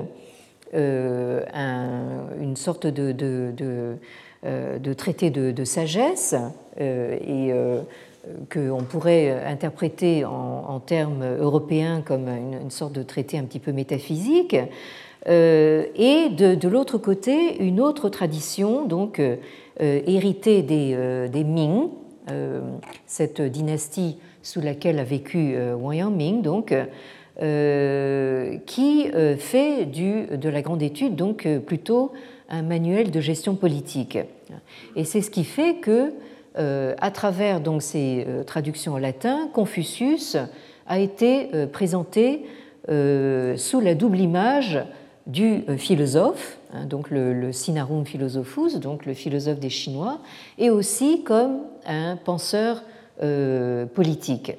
une sorte de traité de sagesse et qu'on pourrait interpréter en termes européens comme une sorte de traité un petit peu métaphysique, et de l'autre côté, une autre tradition, donc héritée des Ming, cette dynastie sous laquelle a vécu Wang Yangming, donc, qui fait de la grande étude donc plutôt un manuel de gestion politique. Et c'est ce qui fait que, à travers donc ces traductions en latin, Confucius a été présenté sous la double image du philosophe, donc le Sinarum Philosophus, donc le philosophe des Chinois, et aussi comme un penseur politique.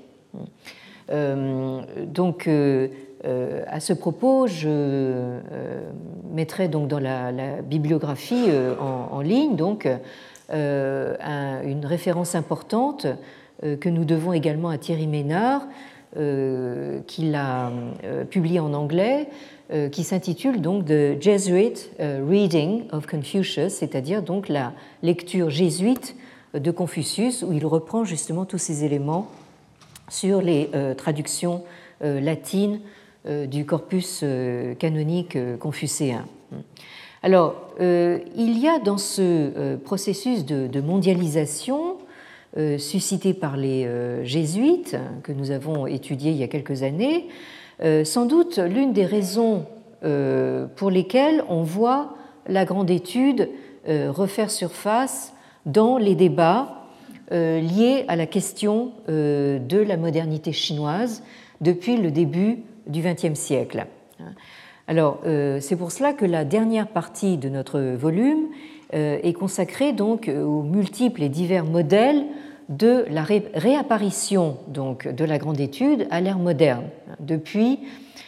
Donc, à ce propos, je mettrai donc dans la bibliographie en ligne donc une référence importante que nous devons également à Thierry Ménard, qu'il a publié en anglais, qui s'intitule donc The Jesuit Reading of Confucius, c'est-à-dire donc la lecture jésuite de Confucius, où il reprend justement tous ces éléments sur les traductions latines du corpus canonique confucéen. Alors, il y a dans ce processus de mondialisation suscité par les jésuites, que nous avons étudié il y a quelques années, sans doute l'une des raisons pour lesquelles on voit la grande étude refaire surface dans les débats liés à la question de la modernité chinoise depuis le début du XXe siècle. Alors, c'est pour cela que la dernière partie de notre volume est consacrée donc aux multiples et divers modèles de la réapparition donc de la grande étude à l'ère moderne. Depuis,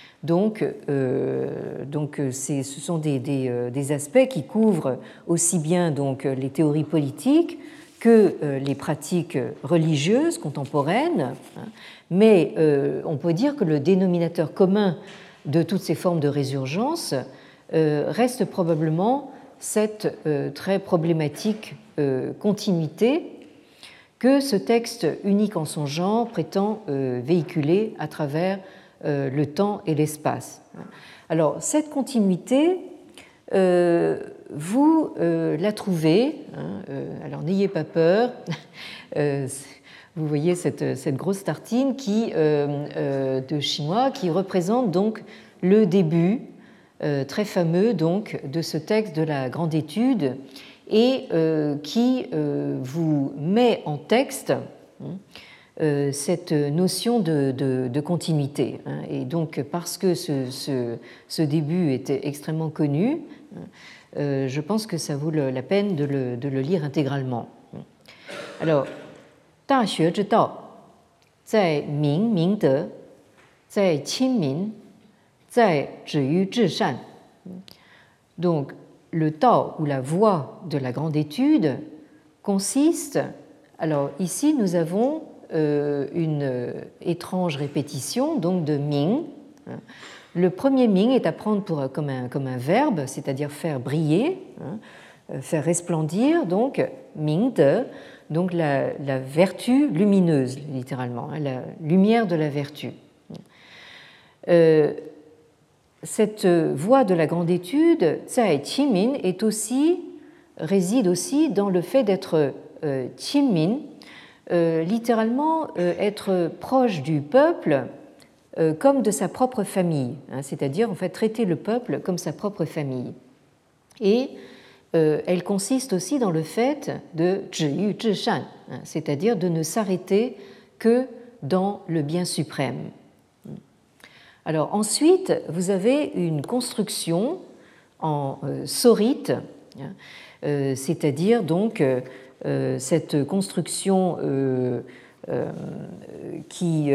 ce sont des aspects qui couvrent aussi bien donc les théories politiques que les pratiques religieuses contemporaines, mais on peut dire que le dénominateur commun de toutes ces formes de résurgence reste probablement cette très problématique continuité que ce texte unique en son genre prétend véhiculer à travers le temps et l'espace. Alors, cette continuité, vous la trouvez, alors n'ayez pas peur, vous voyez cette grosse tartine de chinois qui représente donc le début très fameux donc, de ce texte de la grande étude et qui vous met en texte cette notion de continuité. Et donc, parce que ce début était extrêmement connu, je pense que ça vaut la peine de le lire intégralement. Alors, 大学之道，在明明德，在亲民，在止于至善. Donc, le Tao ou la voie de la grande étude consiste. Alors, ici, nous avons une étrange répétition donc de Ming. Le premier Ming est à prendre comme un verbe, c'est-à-dire faire briller, faire resplendir, donc Ming De, donc la vertu lumineuse, littéralement, la lumière de la vertu. Cette voie de la grande étude, Zai Qimin, réside aussi dans le fait d'être Qimin, littéralement être proche du peuple comme de sa propre famille, c'est-à-dire en fait traiter le peuple comme sa propre famille. Et elle consiste aussi dans le fait de zhiyu zhishan, c'est-à-dire de ne s'arrêter que dans le bien suprême. Alors ensuite, vous avez une construction en sorite, c'est-à-dire donc cette construction qui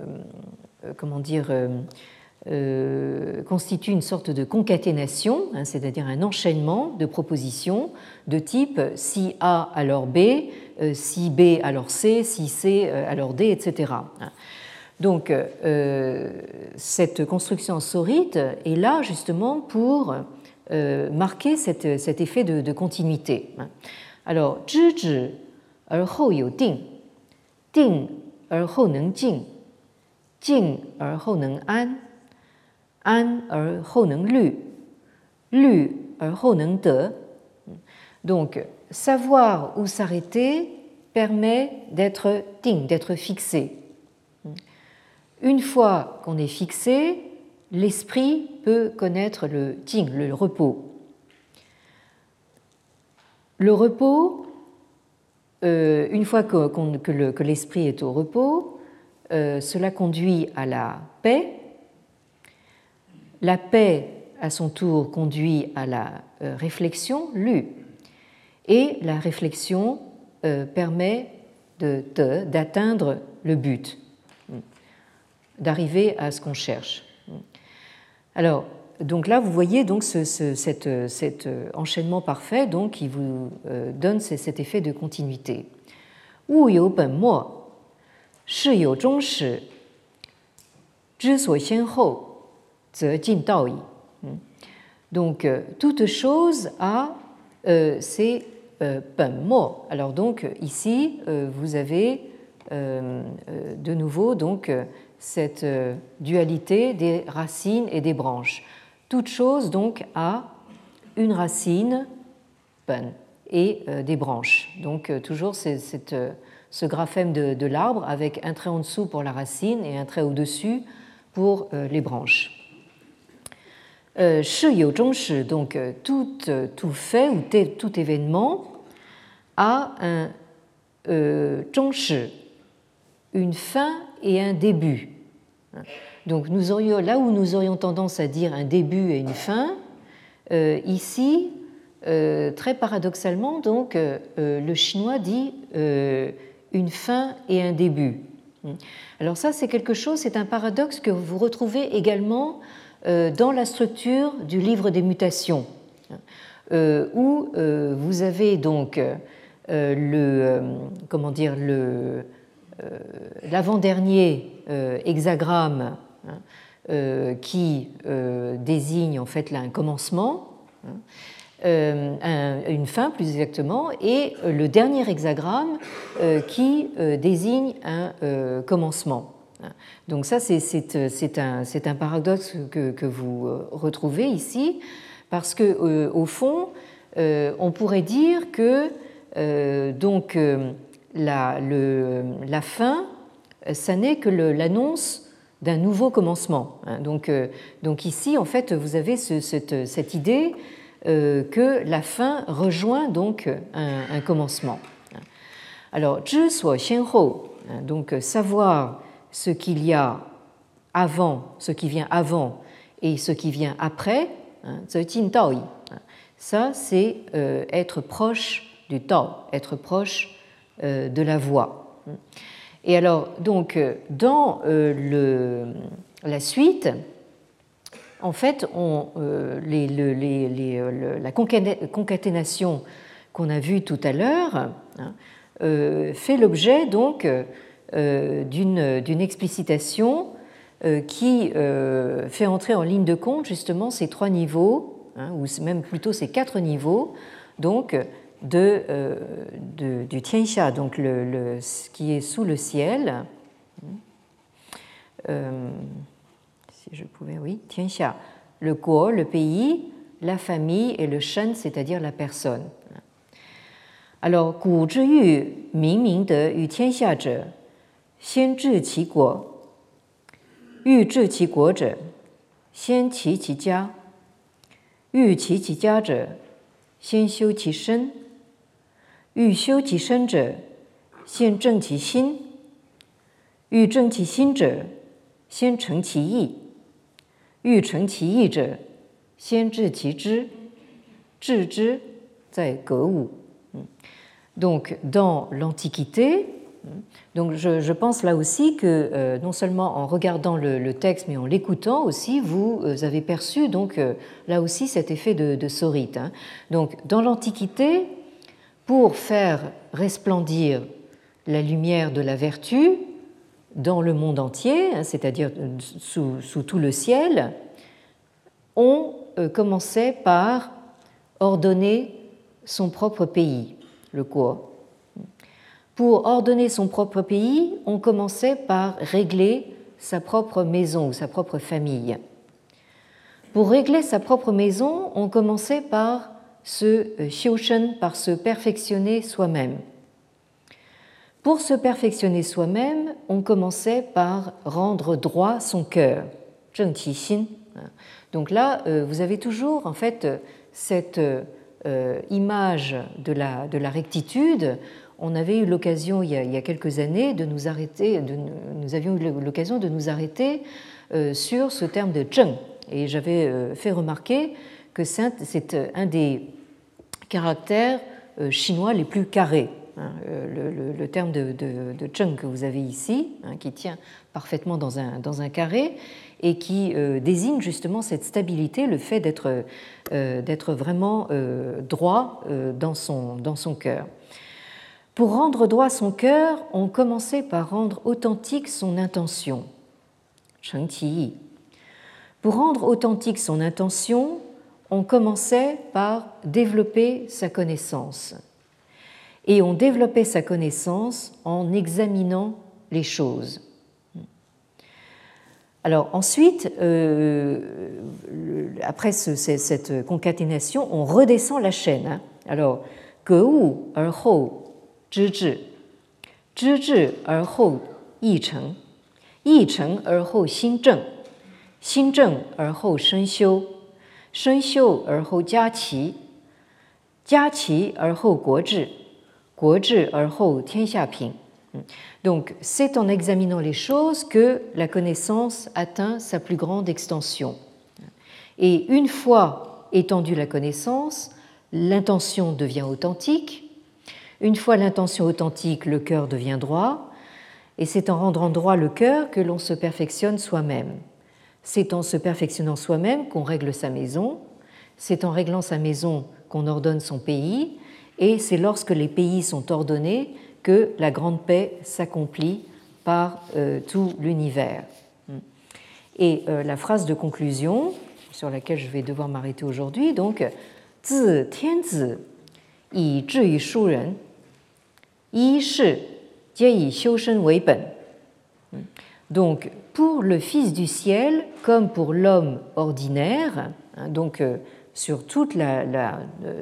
constitue une sorte de concaténation, c'est-à-dire un enchaînement de propositions de type si A alors B, si B alors C, si C alors D, etc. Donc, cette construction en sorite est là justement pour marquer cet effet de continuité. Alors, 知止而后有定, 定而后能静，静而后能安，安而后能虑，虑而后能得. Donc, savoir où s'arrêter permet d'être ting, d'être fixé. Une fois qu'on est fixé, l'esprit peut connaître le ting, le repos. Le repos, une fois que l'esprit est au repos, cela conduit à la paix. La paix, à son tour, conduit à la réflexion, lu. Et la réflexion permet d'atteindre le but, d'arriver à ce qu'on cherche. Alors, donc là, vous voyez donc cet enchaînement parfait donc, qui vous donne cet effet de continuité. Wu you ben mo, shi you zhong shi, zhi suo xian hou, ze jin dao yi. Donc, toute chose a ses ben mo. Alors donc, ici, vous avez de nouveau donc, cette dualité des racines et des branches. Toute chose donc a une racine pen et des branches. Donc toujours ce graphème de l'arbre avec un trait en dessous pour la racine et un trait au-dessus pour les branches. Shi you zhong shi, donc tout fait ou tout événement a un zhong shi, une fin et un début. Donc là où nous aurions tendance à dire un début et une fin, ici, très paradoxalement, donc, le chinois dit une fin et un début. Alors ça, c'est quelque chose, c'est un paradoxe que vous retrouvez également dans la structure du livre des mutations, où vous avez donc l'avant-dernier hexagramme qui désigne en fait là un commencement, une fin plus exactement, et le dernier hexagramme qui désigne un commencement. Donc ça, c'est un paradoxe que vous retrouvez ici, parce que au fond, on pourrait dire que donc la fin, ça n'est que l'annonce d'un nouveau commencement. Donc ici, en fait, vous avez cette idée que la fin rejoint donc un commencement. Alors, zhi suo xian hou, donc savoir ce qu'il y a avant, ce qui vient avant et ce qui vient après, ze jin dao yi, ça c'est être proche du Tao, être proche de la voie. Et alors, donc, dans la suite, en fait, la concaténation qu'on a vue tout à l'heure fait l'objet donc d'une explicitation qui fait entrer en ligne de compte justement ces trois niveaux, ou même plutôt ces quatre niveaux, donc du Tianxia, donc ce qui est sous le ciel. Si je pouvais, oui, Tianxia, le Guo, le pays, la famille, et le Shen, c'est-à-dire la personne. Alors, Gu zhi yu ming ming de yu Tianxia zhe, xian zhi qi guo, yu zhi qi guo zhe, xian qi qi jia, yu qi qi jia zhe, xian xiu qi shen, yu xiu qi shen zhe, xian zheng qi xin, yu zheng qi xin zhe, xian cheng qi yi, yu cheng qi yi zhe, xian zhi qi zhi, zhi zhi zai ge wu. Donc, dans l'Antiquité, donc je pense là aussi que non seulement en regardant le texte, mais en l'écoutant aussi, vous avez perçu donc là aussi cet effet de sorite. Donc, dans l'Antiquité, pour faire resplendir la lumière de la vertu dans le monde entier, c'est-à-dire sous tout le ciel, on commençait par ordonner son propre pays, le Guo. Pour ordonner son propre pays, on commençait par régler sa propre maison ou sa propre famille. Pour régler sa propre maison, on commençait par se xiushen, par se perfectionner soi-même. Pour se perfectionner soi-même, on commençait par rendre droit son cœur, zheng qi xin. Donc là, vous avez toujours en fait cette image de la rectitude. On avait eu l'occasion il y a quelques années de nous arrêter, nous avions eu l'occasion de nous arrêter sur ce terme de zheng, et j'avais fait remarquer que c'est un des caractères chinois les plus carrés. Le terme de zheng que vous avez ici, qui tient parfaitement dans un carré et qui désigne justement cette stabilité, le fait d'être vraiment droit dans son cœur. Pour rendre droit son cœur, on commençait par rendre authentique son intention. Sheng Qi Yi. Pour rendre authentique son intention, on commençait par développer sa connaissance. Et on développait sa connaissance en examinant les choses. Alors ensuite, après cette concaténation, on redescend la chaîne. Alors, ge wu er hou zhi zhi, zhi zhi er hou yi cheng, yi cheng er hou xin zheng, xin zheng er hou shen xiu, shen xiu er hou jia qi, jia qi er hou guo zhi, guo zhi er hou tian xia ping. Donc, c'est en examinant les choses que la connaissance atteint sa plus grande extension. Et une fois étendue la connaissance, l'intention devient authentique. Une fois l'intention authentique, le cœur devient droit. Et c'est en rendant droit le cœur que l'on se perfectionne soi-même. C'est en se perfectionnant soi-même qu'on règle sa maison. C'est en réglant sa maison qu'on ordonne son pays. Et c'est lorsque les pays sont ordonnés que la grande paix s'accomplit par tout l'univers. Et la phrase de conclusion, sur laquelle je vais devoir m'arrêter aujourd'hui, donc, Zi Tianzi yi zhi yu shu ren, yi shi jie yi xiu shen wei ben. Donc, pour le Fils du ciel, comme pour l'homme ordinaire, donc sur toute la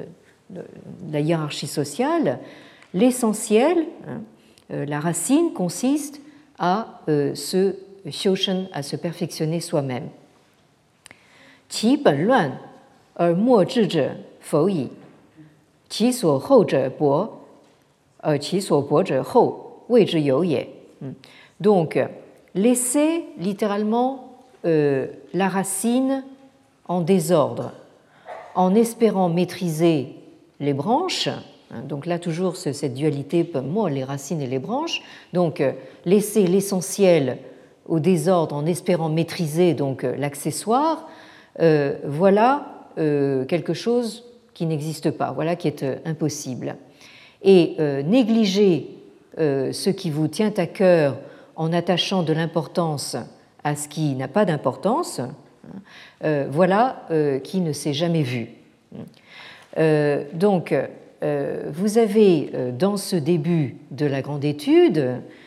hiérarchie sociale, l'essentiel, la racine, consiste à se xiushen, à se perfectionner soi-même. Qi ben luan er mo zhi zhe fou yi, qi suo hou zhe bo, qi suo bo zhe hou, wei zhi you ye. Donc, laisser littéralement la racine en désordre, en espérant maîtriser les branches. Donc là, toujours cette dualité, moi, les racines et les branches. Donc, laisser l'essentiel au désordre en espérant maîtriser donc l'accessoire, voilà quelque chose qui n'existe pas, voilà qui est impossible. Et négliger ce qui vous tient à cœur en attachant de l'importance à ce qui n'a pas d'importance, voilà qui ne s'est jamais vu. Donc, vous avez dans ce début de la grande étude,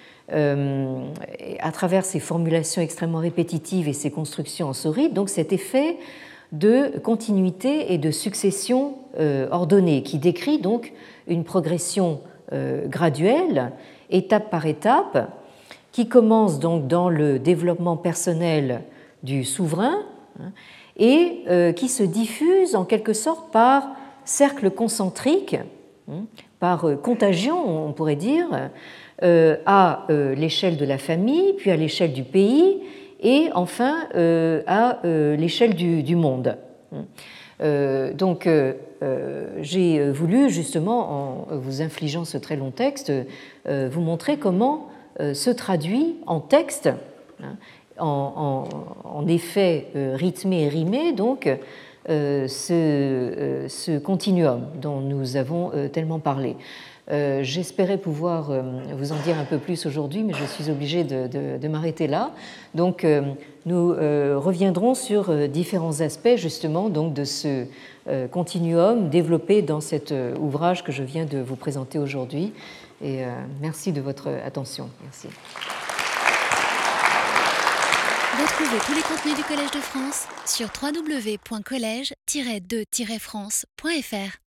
à travers ces formulations extrêmement répétitives et ces constructions en souride, donc cet effet de continuité et de succession ordonnée qui décrit donc une progression graduelle, étape par étape, qui commence donc dans le développement personnel du souverain et qui se diffuse en quelque sorte par cercle concentrique, par contagion, on pourrait dire, à l'échelle de la famille, puis à l'échelle du pays, et enfin à l'échelle du monde. Donc, j'ai voulu, justement, en vous infligeant ce très long texte, vous montrer comment se traduit en texte, en effet rythmé et rimé, donc, ce continuum dont nous avons tellement parlé. J'espérais pouvoir vous en dire un peu plus aujourd'hui, mais je suis obligée de m'arrêter là. Donc, nous reviendrons sur différents aspects justement donc, de ce continuum développé dans cet ouvrage que je viens de vous présenter aujourd'hui. Et merci de votre attention. Merci. Retrouvez tous les contenus du Collège de France sur www.collège-2-france.fr.